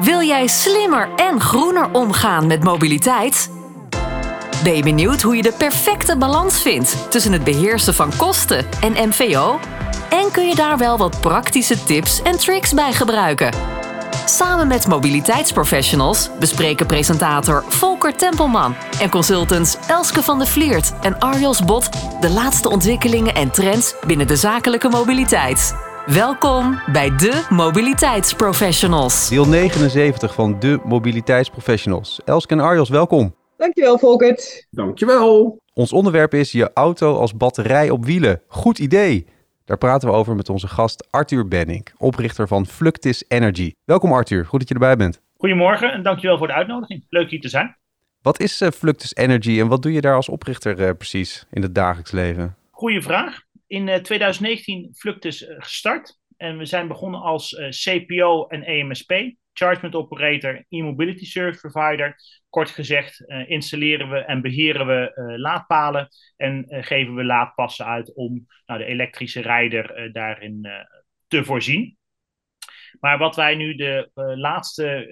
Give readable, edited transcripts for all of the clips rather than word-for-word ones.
Wil jij slimmer en groener omgaan met mobiliteit? Ben je benieuwd hoe je de perfecte balans vindt tussen het beheersen van kosten en MVO? En kun je daar wel wat praktische tips en tricks bij gebruiken? Samen met mobiliteitsprofessionals bespreken presentator Volker Tempelman en consultants Elske van der Vliert en Arjos Bot de laatste ontwikkelingen en trends binnen de zakelijke mobiliteit. Welkom bij de Mobiliteitsprofessionals. Deel 79 van de Mobiliteitsprofessionals. Elske en Arjos, welkom. Dankjewel, Volkert. Dankjewel. Ons onderwerp is je auto als batterij op wielen. Goed idee. Daar praten we over met onze gast Arthur Benink, oprichter van Fluctis Energy. Welkom Arthur, goed dat je erbij bent. Goedemorgen en dankjewel voor de uitnodiging. Leuk hier te zijn. Wat is Fluctis Energy en wat doe je daar als oprichter precies in het dagelijks leven? Goeie vraag. In 2019 Fluctis gestart en we zijn begonnen als CPO en EMSP, Chargement Operator, E-Mobility Service Provider. Kort gezegd installeren we en beheren we laadpalen en geven we laadpassen uit om de elektrische rijder daarin te voorzien. Maar wat wij nu de laatste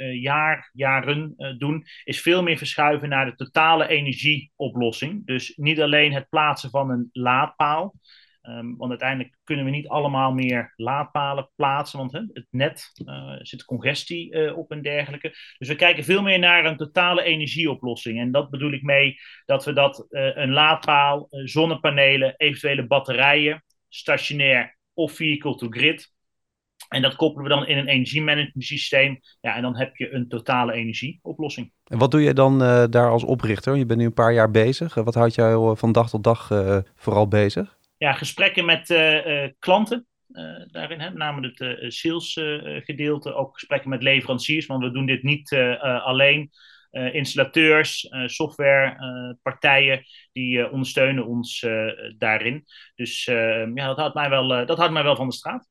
jaren doen, is veel meer verschuiven naar de totale energieoplossing. Dus niet alleen het plaatsen van een laadpaal. Want uiteindelijk kunnen we niet allemaal meer laadpalen plaatsen, want het net zit congestie op en dergelijke. Dus we kijken veel meer naar een totale energieoplossing. En dat bedoel ik mee dat we een laadpaal, zonnepanelen, eventuele batterijen, stationair of vehicle to grid. En dat koppelen we dan in een energiemanagement systeem. Ja, en dan heb je een totale energieoplossing. En wat doe je dan daar als oprichter? Je bent nu een paar jaar bezig. Wat houdt jou van dag tot dag vooral bezig? Ja, gesprekken met klanten daarin, met name het sales gedeelte. Ook gesprekken met leveranciers, want we doen dit niet alleen. Installateurs, softwarepartijen, die ondersteunen ons daarin. Dus dat houdt mij wel van de straat.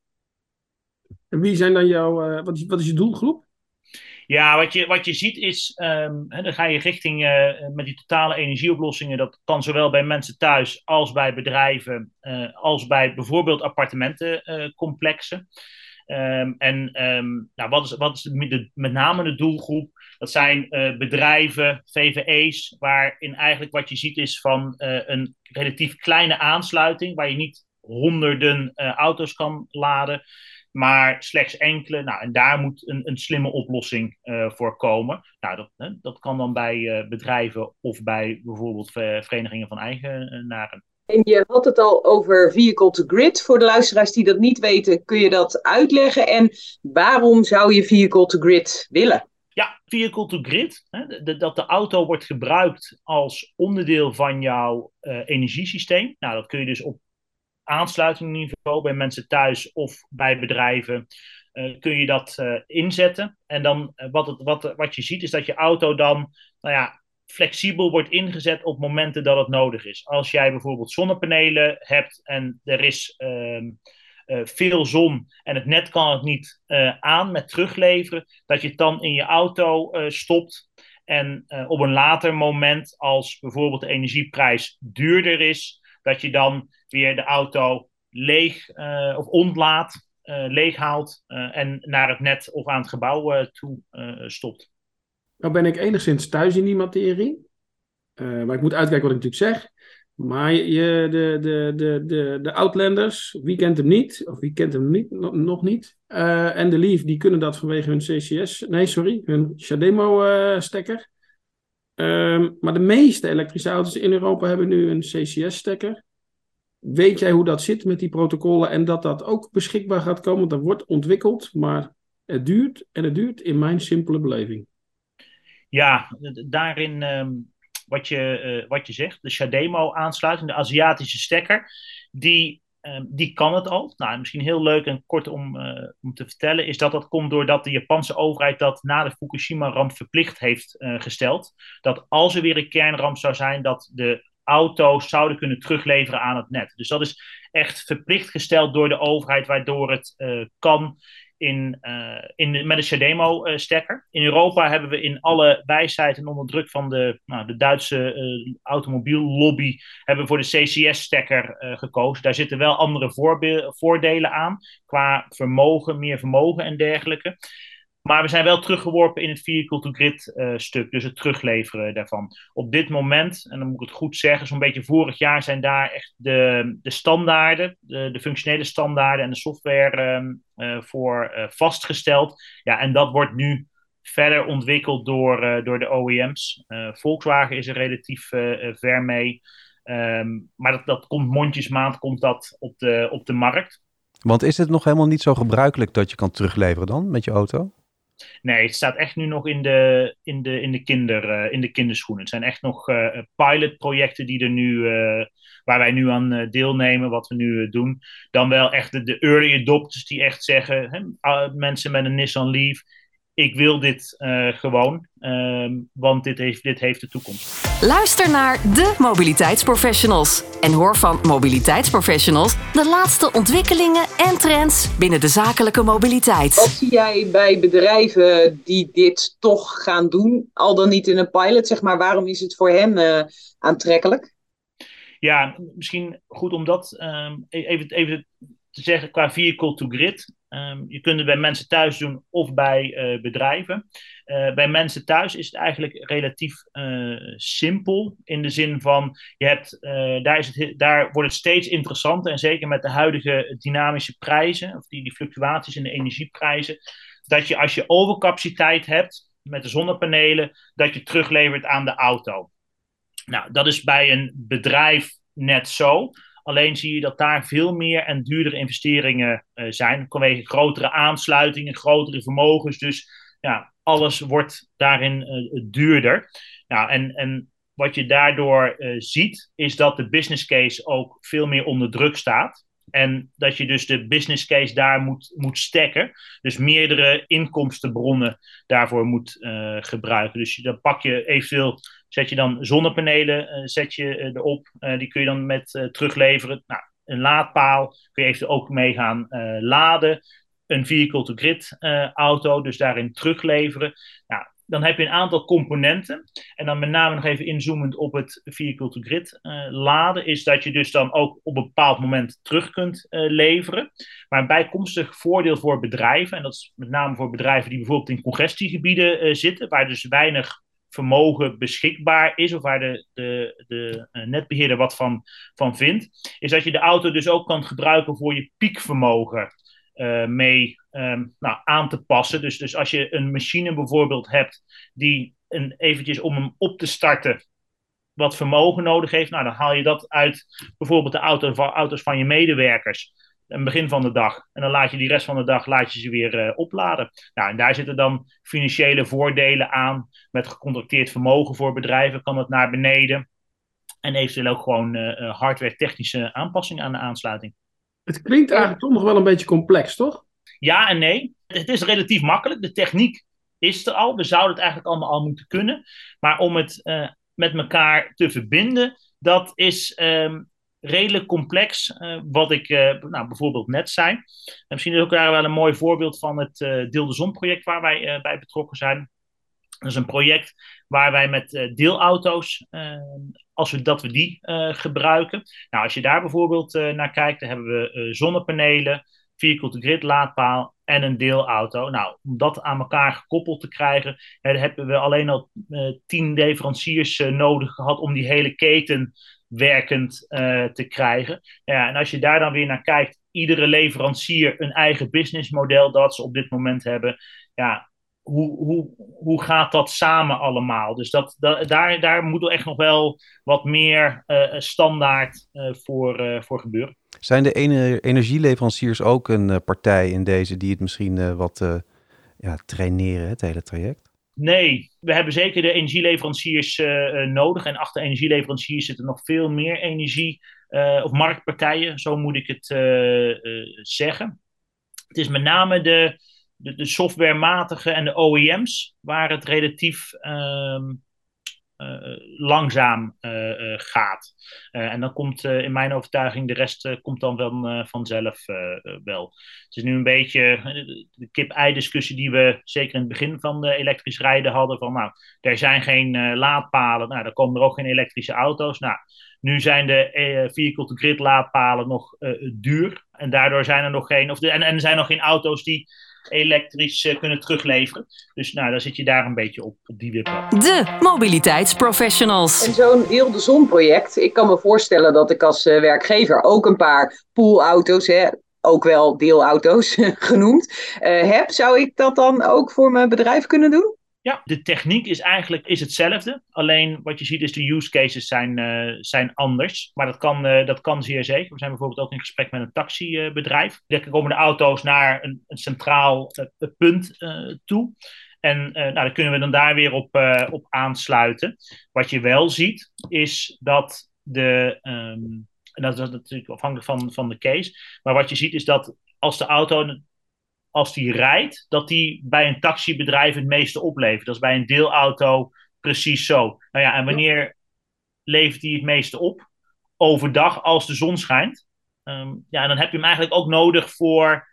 En wie zijn dan jouw, wat is je doelgroep? Ja, wat je ziet is, dan ga je richting met die totale energieoplossingen. Dat kan zowel bij mensen thuis als bij bedrijven, als bij bijvoorbeeld appartementencomplexen. Wat is met name de doelgroep? Dat zijn bedrijven, VVE's, waarin eigenlijk wat je ziet is van een relatief kleine aansluiting, waar je niet honderden auto's kan laden, maar slechts enkele. En daar moet een slimme oplossing voor komen. Dat kan dan bij bedrijven of bij bijvoorbeeld verenigingen van eigenaren. En je had het al over vehicle to grid. Voor de luisteraars die dat niet weten, kun je dat uitleggen? En waarom zou je vehicle to grid willen? Ja, vehicle to grid. Dat de auto wordt gebruikt als onderdeel van jouw energiesysteem. Dat kun je dus op aansluitingniveau bij mensen thuis of bij bedrijven kun je dat inzetten. En dan wat je ziet is dat je auto dan flexibel wordt ingezet op momenten dat het nodig is. Als jij bijvoorbeeld zonnepanelen hebt en er is veel zon en het net kan het niet aan met terugleveren, dat je het dan in je auto stopt en op een later moment, als bijvoorbeeld de energieprijs duurder is, dat je dan weer de auto leeg of ontlaadt, leeghaalt en naar het net of aan het gebouw toe stopt. Nou ben ik enigszins thuis in die materie. Maar ik moet uitkijken wat ik natuurlijk zeg. Maar de Outlanders, wie kent hem niet? Of wie kent hem niet, nog niet? En de Leaf, die kunnen dat vanwege hun CHAdeMO-stekker. Maar de meeste elektrische auto's in Europa hebben nu een CCS-stekker. Weet jij hoe dat zit met die protocollen en dat dat ook beschikbaar gaat komen? Dat wordt ontwikkeld, maar het duurt en het duurt in mijn simpele beleving. Ja, daarin wat je zegt, de CHAdeMO-aansluiting, de Aziatische stekker, die kan het al. Misschien heel leuk en kort om te vertellen, is dat komt doordat de Japanse overheid dat na de Fukushima-ramp verplicht heeft gesteld. Dat als er weer een kernramp zou zijn, dat de auto's zouden kunnen terugleveren aan het net. Dus dat is echt verplicht gesteld door de overheid, waardoor het kan met een CHAdeMO-stekker. In Europa hebben we in alle wijsheid en onder druk van de Duitse automobiellobby hebben we voor de CCS-stekker gekozen. Daar zitten wel andere voordelen aan, qua vermogen, meer vermogen en dergelijke. Maar we zijn wel teruggeworpen in het vehicle-to-grid stuk, dus het terugleveren daarvan. Op dit moment, en dan moet ik het goed zeggen, zo'n beetje vorig jaar zijn daar echt de standaarden, de functionele standaarden en de software voor vastgesteld. Ja, en dat wordt nu verder ontwikkeld door de OEM's. Volkswagen is er relatief ver mee. Maar dat komt mondjesmaat komt dat op de markt. Want is het nog helemaal niet zo gebruikelijk dat je kan terugleveren dan met je auto? Nee, het staat echt nu nog in de kinderschoenen. Het zijn echt nog pilotprojecten die er nu, waar wij nu aan deelnemen, wat we nu doen. Dan wel echt de early adopters die echt zeggen, mensen met een Nissan Leaf, ik wil dit gewoon, want dit heeft de toekomst. Luister naar de mobiliteitsprofessionals en hoor van mobiliteitsprofessionals de laatste ontwikkelingen en trends binnen de zakelijke mobiliteit. Wat zie jij bij bedrijven die dit toch gaan doen, al dan niet in een pilot, zeg maar, waarom is het voor hen aantrekkelijk? Ja, misschien goed om dat even te zeggen qua vehicle-to-grid. Je kunt het bij mensen thuis doen of bij bedrijven. Bij mensen thuis is het eigenlijk relatief simpel. In de zin van, daar wordt het steeds interessanter. En zeker met de huidige dynamische prijzen, of die fluctuaties in de energieprijzen. Dat je als je overcapaciteit hebt met de zonnepanelen, dat je teruglevert aan de auto. Nou, dat is bij een bedrijf net zo. Alleen zie je dat daar veel meer en duurdere investeringen zijn. Vanwege grotere aansluitingen, grotere vermogens. Dus ja, alles wordt daarin duurder. Nou, en wat je daardoor ziet, is dat de business case ook veel meer onder druk staat. En dat je dus de business case daar moet stacken. Dus meerdere inkomstenbronnen daarvoor moet gebruiken. Dus dan pak je eventueel, zet je dan zonnepanelen erop. Die kun je dan met terugleveren. Nou, een laadpaal kun je eventueel ook mee gaan laden. Een vehicle-to-grid auto, dus daarin terugleveren. Nou, dan heb je een aantal componenten. En dan met name nog even inzoomend op het vehicle-to-grid laden, is dat je dus dan ook op een bepaald moment terug kunt leveren. Maar een bijkomstig voordeel voor bedrijven, en dat is met name voor bedrijven die bijvoorbeeld in congestiegebieden zitten, waar dus weinig vermogen beschikbaar is, of waar de netbeheerder wat van vindt, is dat je de auto dus ook kan gebruiken voor je piekvermogen mee aan te passen. Dus als je een machine bijvoorbeeld hebt die eventjes om hem op te starten wat vermogen nodig heeft, nou, dan haal je dat uit bijvoorbeeld de auto's van je medewerkers aan het begin van de dag. En dan laat je die rest van de dag ze weer opladen. Nou, en daar zitten dan financiële voordelen aan. Met gecontracteerd vermogen voor bedrijven kan het naar beneden. En eventueel ook gewoon hardware-technische aanpassingen aan de aansluiting. Het klinkt eigenlijk toch nog wel een beetje complex, toch? Ja en nee. Het is relatief makkelijk. De techniek is er al. We zouden het eigenlijk allemaal al moeten kunnen. Maar om het met elkaar te verbinden, dat is redelijk complex. Wat ik bijvoorbeeld net zei. En misschien is ook daar wel een mooi voorbeeld van het Deel de Zon project waar wij bij betrokken zijn. Dat is een project waar wij met deelauto's, dat we die gebruiken. Nou, als je daar bijvoorbeeld naar kijkt, dan hebben we zonnepanelen, vehicle-to-grid laadpaal en een deelauto. Nou, om dat aan elkaar gekoppeld te krijgen, hebben we alleen al 10 leveranciers nodig gehad om die hele keten werkend te krijgen. Ja, en als je daar dan weer naar kijkt, iedere leverancier een eigen businessmodel dat ze op dit moment hebben. Ja, hoe gaat dat samen allemaal? Dus daar moet er echt nog wel wat meer standaard voor gebeuren. Zijn de energieleveranciers ook een partij in deze die het misschien wat traineren, het hele traject? Nee, we hebben zeker de energieleveranciers nodig. En achter energieleveranciers zitten nog veel meer of marktpartijen, zo moet ik het zeggen. Het is met name de softwarematige en de OEM's waar het relatief langzaam gaat. En dan komt in mijn overtuiging de rest komt dan vanzelf wel. Het is nu een beetje de kip-ei discussie die we zeker in het begin van de elektrisch rijden hadden. Van nou, er zijn geen laadpalen. Nou, dan komen er ook geen elektrische auto's. Nou, nu zijn de vehicle-to-grid laadpalen nog duur. En daardoor zijn er nog geen... en er zijn nog geen auto's die elektrisch kunnen terugleveren. Dus nou, dan zit je daar een beetje op die wippen. De mobiliteitsprofessionals. En zo'n Deel de Zon project, ik kan me voorstellen dat ik als werkgever ook een paar poolauto's, ook wel deelauto's genoemd, heb. Zou ik dat dan ook voor mijn bedrijf kunnen doen? Ja, de techniek is hetzelfde. Alleen wat je ziet is de use cases zijn anders. Maar dat kan zeer zeker. We zijn bijvoorbeeld ook in gesprek met een taxibedrijf. Er komen de auto's naar een centraal punt toe. En dan kunnen we dan daar weer op aansluiten. Wat je wel ziet is dat en dat is natuurlijk afhankelijk van de case. Maar wat je ziet is dat als de auto, als die rijdt, dat die bij een taxibedrijf het meeste oplevert. Dat is bij een deelauto precies zo. Nou ja, en wanneer levert die het meeste op? Overdag als de zon schijnt. En dan heb je hem eigenlijk ook nodig voor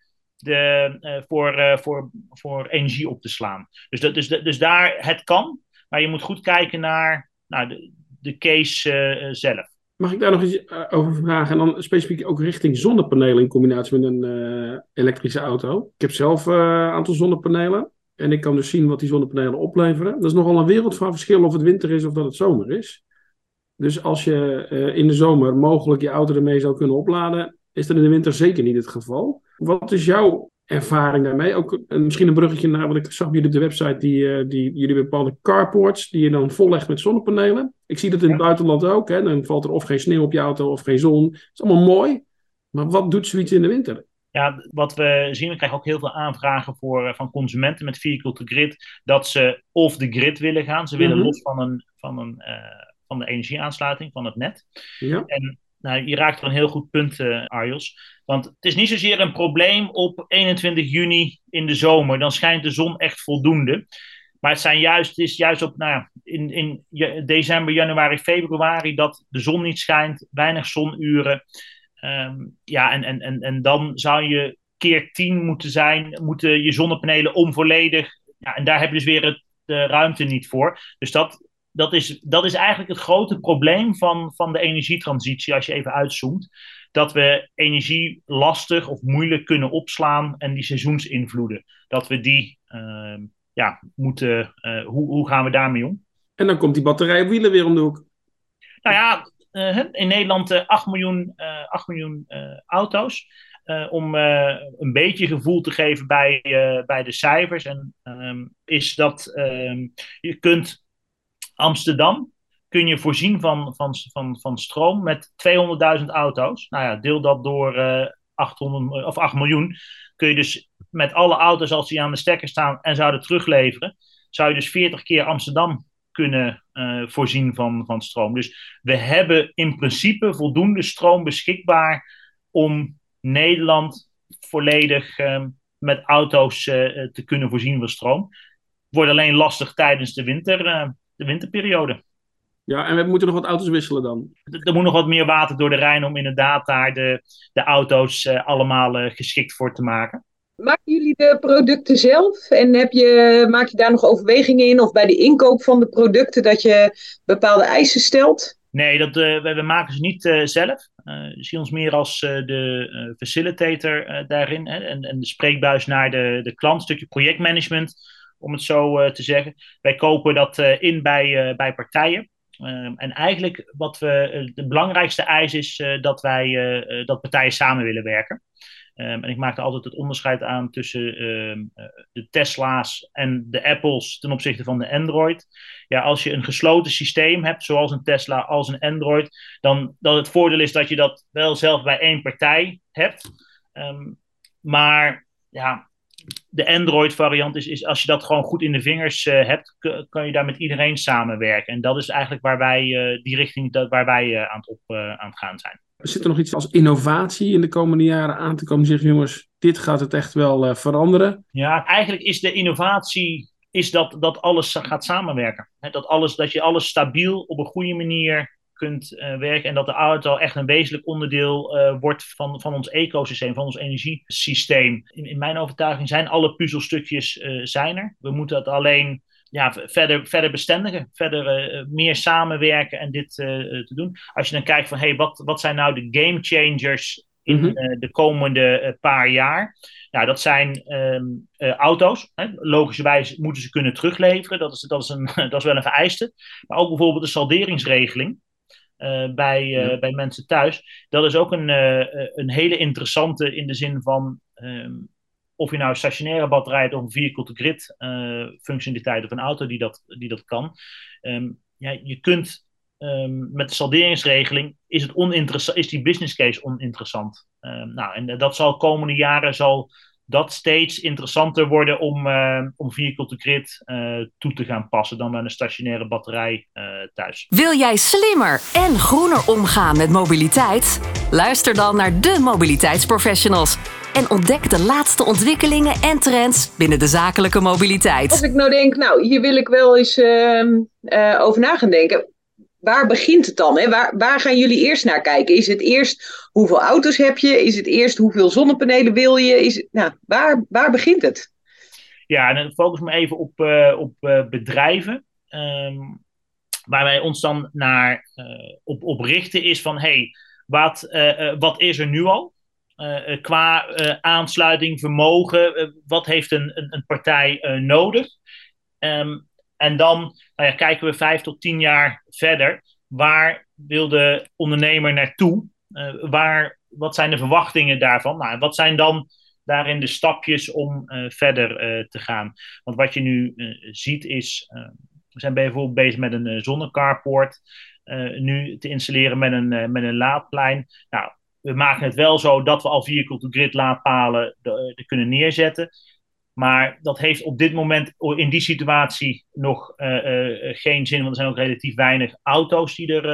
energie op te slaan. Dus daar het kan, maar je moet goed kijken naar de case zelf. Mag ik daar nog iets over vragen? En dan specifiek ook richting zonnepanelen in combinatie met een elektrische auto. Ik heb zelf een aantal zonnepanelen. En ik kan dus zien wat die zonnepanelen opleveren. Dat is nogal een wereld van verschil of het winter is of dat het zomer is. Dus als je in de zomer mogelijk je auto ermee zou kunnen opladen, is dat in de winter zeker niet het geval. Wat is jouw ervaring daarmee? Ook misschien een bruggetje naar wat ik zag bij jullie op de website, die jullie bepaalde carports die je dan vollegt met zonnepanelen. Ik zie dat in het buitenland ook. Hè? Dan valt er of geen sneeuw op je auto of geen zon. Dat is allemaal mooi. Maar wat doet zoiets in de winter? Ja, wat we zien, we krijgen ook heel veel aanvragen van consumenten met vehicle to grid, dat ze off the grid willen gaan. Ze willen los van de energieaansluiting, van het net. Ja. En je raakt er een heel goed punt, Arjos. Want het is niet zozeer een probleem op 21 juni in de zomer. Dan schijnt de zon echt voldoende. Maar het is juist op in december, januari, februari dat de zon niet schijnt. Weinig zonuren. En dan zou je keer 10 moeten je zonnepanelen onvolledig. Ja, en daar heb je dus weer de ruimte niet voor. Dus dat is eigenlijk het grote probleem van de energietransitie, als je even uitzoomt. Dat we energie lastig of moeilijk kunnen opslaan en die seizoensinvloeden. Dat we die moeten. Hoe gaan we daarmee om? En dan komt die batterij op wielen weer om de hoek. Nou ja, in Nederland 8 miljoen auto's. Om een beetje gevoel te geven bij de cijfers. En is dat je kunt Amsterdam kun je voorzien van stroom met 200.000 auto's. Nou ja, deel dat door 8 miljoen. Kun je dus met alle auto's als die aan de stekker staan en zouden terugleveren, zou je dus 40 keer Amsterdam kunnen voorzien van stroom. Dus we hebben in principe voldoende stroom beschikbaar om Nederland volledig met auto's te kunnen voorzien van stroom. Wordt alleen lastig tijdens de winterperiode. Ja, en we moeten nog wat auto's wisselen dan? Er moet nog wat meer water door de Rijn om inderdaad daar de auto's allemaal geschikt voor te maken. Maken jullie de producten zelf? En maak je daar nog overwegingen in? Of bij de inkoop van de producten dat je bepaalde eisen stelt? Nee, we maken ze niet zelf. Zie ons meer als de facilitator daarin. En de spreekbuis naar de klant. Een stukje projectmanagement, om het zo te zeggen. Wij kopen dat in bij partijen. En eigenlijk de belangrijkste eis is dat partijen samen willen werken. En ik maak er altijd het onderscheid aan tussen de Tesla's en de Apples ten opzichte van de Android. Ja, als je een gesloten systeem hebt, zoals een Tesla als een Android, dan het voordeel is dat je dat wel zelf bij één partij hebt. Maar ja, de Android variant is als je dat gewoon goed in de vingers hebt, kan je daar met iedereen samenwerken. En dat is eigenlijk die richting waar wij aan het gaan zijn. Zit er nog iets als innovatie in de komende jaren aan te komen? Zeggen jongens, dit gaat het echt wel veranderen? Ja, eigenlijk is de innovatie dat alles gaat samenwerken. Dat je alles stabiel op een goede manier kunt werken en dat de auto echt een wezenlijk onderdeel wordt van ons ecosysteem, van ons energiesysteem. In mijn overtuiging zijn alle puzzelstukjes er. We moeten het alleen verder bestendigen, verder meer samenwerken en dit te doen. Als je dan kijkt van wat zijn nou de game changers in de komende paar jaar, Nou, dat zijn auto's. Hè. Logischerwijs moeten ze kunnen terugleveren. Dat is wel een vereiste. Maar ook bijvoorbeeld de salderingsregeling. Bij mensen thuis. Dat is ook een hele interessante in de zin van of je nou een stationaire batterij hebt of een vehicle-to-grid functionaliteit of een auto die dat kan. Je kunt met de salderingsregeling is die business case oninteressant. En dat zal komende jaren dat steeds interessanter worden om vehicle-to-grid toe te gaan passen dan met een stationaire batterij thuis. Wil jij slimmer en groener omgaan met mobiliteit? Luister dan naar de mobiliteitsprofessionals en ontdek de laatste ontwikkelingen en trends binnen de zakelijke mobiliteit. Als ik nou denk, hier wil ik wel eens over na gaan denken. Waar begint het dan? Hè? Waar gaan jullie eerst naar kijken? Is het eerst hoeveel auto's heb je? Is het eerst hoeveel zonnepanelen wil je? Waar begint het? Ja, en dan focus me even op bedrijven. Waar wij ons dan op richten is van... wat is er nu al? Qua aansluiting, vermogen. Wat heeft een partij nodig? En dan kijken we 5 tot 10 jaar verder. Waar wil de ondernemer naartoe? Wat zijn de verwachtingen daarvan? Wat zijn dan daarin de stapjes om verder te gaan? Want wat je nu ziet is... we zijn bijvoorbeeld bezig met een zonnecarport. Nu te installeren met een laadplein. Nou, we maken het wel zo dat we al vehicle-to-grid laadpalen er kunnen neerzetten. Maar dat heeft op dit moment in die situatie nog geen zin. Want er zijn ook relatief weinig auto's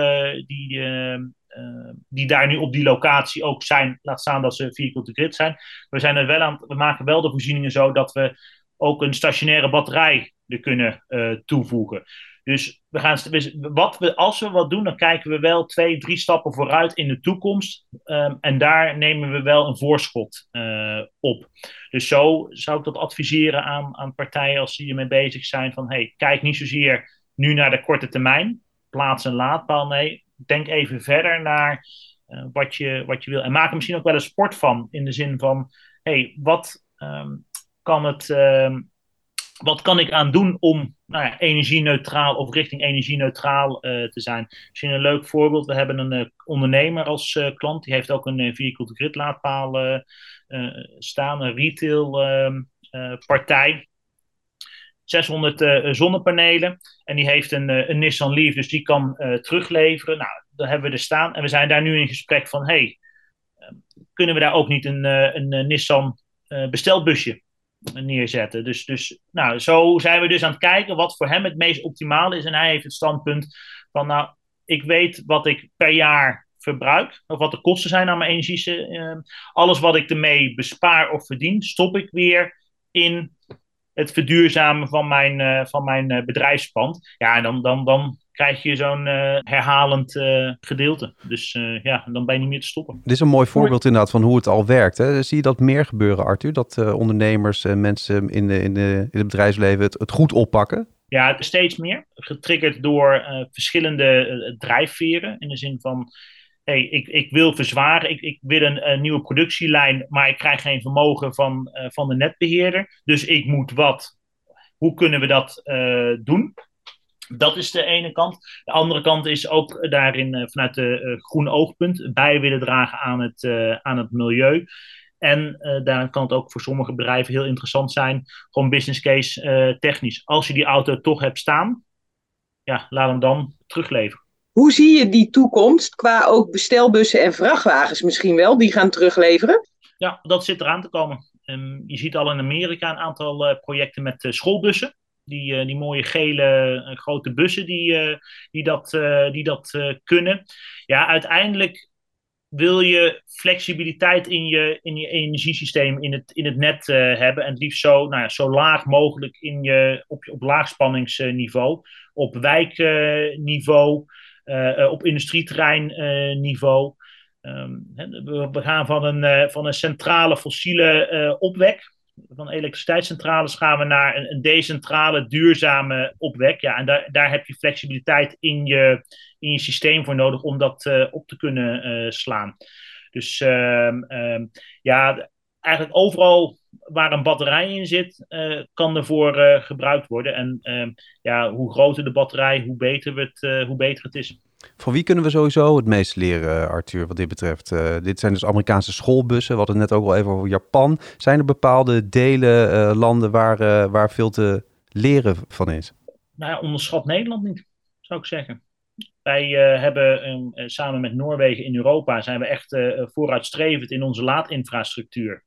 die daar nu op die locatie ook zijn. Laat staan dat ze vehicle-to-grid zijn. We maken wel de voorzieningen zo dat we ook een stationaire batterij er kunnen toevoegen. Dus als we wat doen, dan kijken we wel 2, 3 stappen vooruit in de toekomst. En daar nemen we wel een voorschot op. Dus zo zou ik dat adviseren aan partijen als die ermee bezig zijn. Van kijk niet zozeer nu naar de korte termijn. Plaats een laadpaal. Nee, denk even verder naar wat je wil. En maak er misschien ook wel een sport van. In de zin van, wat kan ik aan doen om energie-neutraal of richting energie-neutraal te zijn? Misschien een leuk voorbeeld. We hebben een ondernemer als klant. Die heeft ook een vehicle-to-grid laadpaal staan. Een retail partij. 600 zonnepanelen. En die heeft een Nissan Leaf. Dus die kan terugleveren. Nou, daar hebben we er staan. En we zijn daar nu in gesprek van... kunnen we daar ook niet een Nissan bestelbusje neerzetten. Dus zo zijn we dus aan het kijken wat voor hem het meest optimale is. En hij heeft het standpunt van, ik weet wat ik per jaar verbruik, of wat de kosten zijn aan mijn energie. Alles wat ik ermee bespaar of verdien, stop ik weer in het verduurzamen van mijn bedrijfspand. Ja, en dan krijg je zo'n herhalend gedeelte. Dus dan ben je niet meer te stoppen. Dit is een mooi voorbeeld inderdaad van hoe het al werkt. Hè? Zie je dat meer gebeuren, Arthur? Dat ondernemers en mensen in het bedrijfsleven het goed oppakken? Ja, steeds meer. Getriggerd door verschillende drijfveren. In de zin van, ik wil verzwaren. Ik wil een nieuwe productielijn, maar ik krijg geen vermogen van de netbeheerder. Dus ik moet wat. Hoe kunnen we dat doen? Dat is de ene kant. De andere kant is ook daarin vanuit de groen oogpunt bij willen dragen aan het milieu. En daar kan het ook voor sommige bedrijven heel interessant zijn. Gewoon business case technisch. Als je die auto toch hebt staan, laat hem dan terugleveren. Hoe zie je die toekomst qua ook bestelbussen en vrachtwagens misschien wel, die gaan terugleveren? Ja, dat zit eraan te komen. Je ziet al in Amerika een aantal projecten met schoolbussen. Die mooie gele grote bussen die dat kunnen. Ja, uiteindelijk wil je flexibiliteit in je energiesysteem in het net hebben. En het liefst zo laag mogelijk op laagspanningsniveau. Op wijkniveau. Op industrieterreinniveau. We gaan van een centrale fossiele opwek. Van elektriciteitscentrales gaan we naar een decentrale, duurzame opwek. Ja, en daar heb je flexibiliteit in je systeem voor nodig om dat op te kunnen slaan. Dus eigenlijk overal waar een batterij in zit, kan ervoor gebruikt worden. En hoe groter de batterij, hoe beter het is. Van wie kunnen we sowieso het meest leren, Arthur, wat dit betreft? Dit zijn dus Amerikaanse schoolbussen. We hadden het net ook al even over Japan. Zijn er bepaalde delen, landen waar veel te leren van is? Nou ja, onderschat Nederland niet, zou ik zeggen. Wij hebben samen met Noorwegen in Europa zijn we echt vooruitstrevend in onze laadinfrastructuur.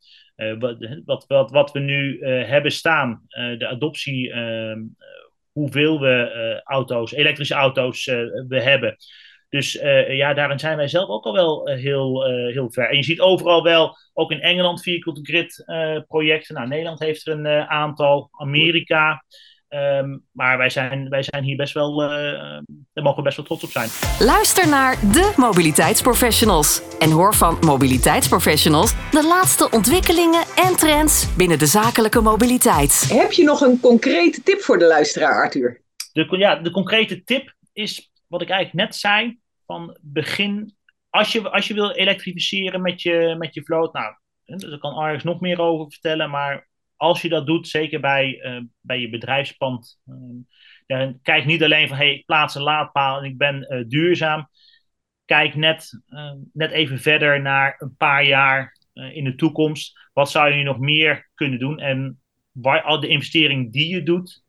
Wat we nu hebben staan, de adoptie, hoeveel we elektrische auto's we hebben. Dus daarin zijn wij zelf ook al wel heel ver. En je ziet overal wel, ook in Engeland, vehicle-to-grid projecten. Nou, Nederland heeft er een aantal, Amerika. Maar wij zijn hier best wel, daar mogen we best wel trots op zijn. Luister naar de mobiliteitsprofessionals en hoor van mobiliteitsprofessionals de laatste ontwikkelingen en trends binnen de zakelijke mobiliteit. Heb je nog een concrete tip voor de luisteraar, Arthur? De concrete tip is wat ik eigenlijk net zei, van begin, als je wil elektrificeren met je vloot, nou, daar kan Arjus nog meer over vertellen, maar als je dat doet, zeker bij je bedrijfspand, dan kijk niet alleen van, ik plaats een laadpaal en ik ben duurzaam. Kijk net even verder naar een paar jaar in de toekomst. Wat zou je nog meer kunnen doen? En al de investering die je doet,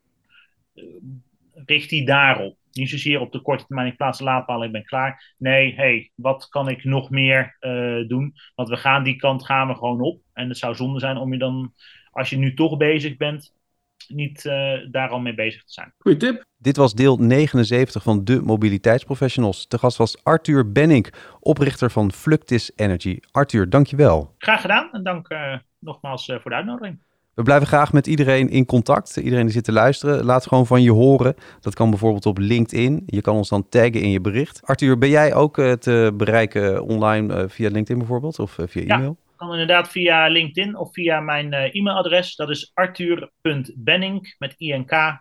richt die daarop. Niet zozeer op de korte termijn, ik plaats een laadpaal en ik ben klaar. Nee, wat kan ik nog meer doen? Want die kant gaan we gewoon op. En het zou zonde zijn om je dan, als je nu toch bezig bent, niet daar al mee bezig te zijn. Goeie tip. Dit was deel 79 van de Mobiliteitsprofessionals. Te gast was Arthur Benink, oprichter van Fluctis Energy. Arthur, dankjewel. Graag gedaan en dank nogmaals voor de uitnodiging. We blijven graag met iedereen in contact. Iedereen die zit te luisteren, laat gewoon van je horen. Dat kan bijvoorbeeld op LinkedIn. Je kan ons dan taggen in je bericht. Arthur, ben jij ook te bereiken online via LinkedIn bijvoorbeeld of via e-mail? Ja, kan inderdaad via LinkedIn of via mijn e-mailadres. Dat is arthur.benink met ink,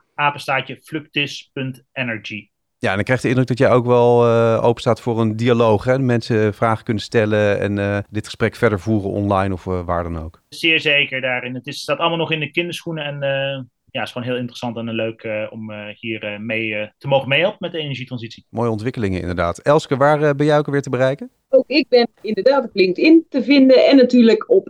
_fluctis.energy. Ja, en dan krijg je de indruk dat jij ook wel open staat voor een dialoog. Hè? Mensen vragen kunnen stellen en dit gesprek verder voeren online of waar dan ook. Zeer zeker daarin. Het staat allemaal nog in de kinderschoenen en het is gewoon heel interessant en leuk om hier mee te mogen meehelpen met de energietransitie. Mooie ontwikkelingen inderdaad. Elske, waar ben jij ook alweer te bereiken? Ook ik ben inderdaad op LinkedIn te vinden en natuurlijk op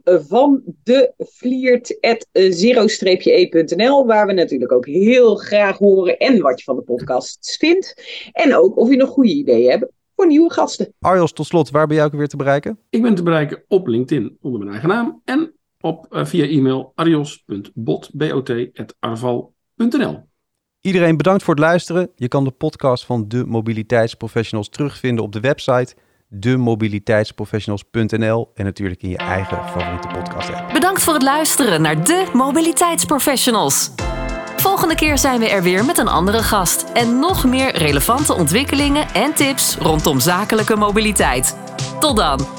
vandevliert@zero-e.nl, waar we natuurlijk ook heel graag horen en wat je van de podcasts vindt. En ook of je nog goede ideeën hebt voor nieuwe gasten. Arjos, tot slot, waar ben jij ook alweer te bereiken? Ik ben te bereiken op LinkedIn onder mijn eigen naam en via e-mail arjos.bot@arval.nl. Iedereen bedankt voor het luisteren. Je kan de podcast van de Mobiliteitsprofessionals terugvinden op de website demobiliteitsprofessionals.nl en natuurlijk in je eigen favoriete podcast app. Bedankt voor het luisteren naar de Mobiliteitsprofessionals. Volgende keer zijn we er weer met een andere gast en nog meer relevante ontwikkelingen en tips rondom zakelijke mobiliteit. Tot dan!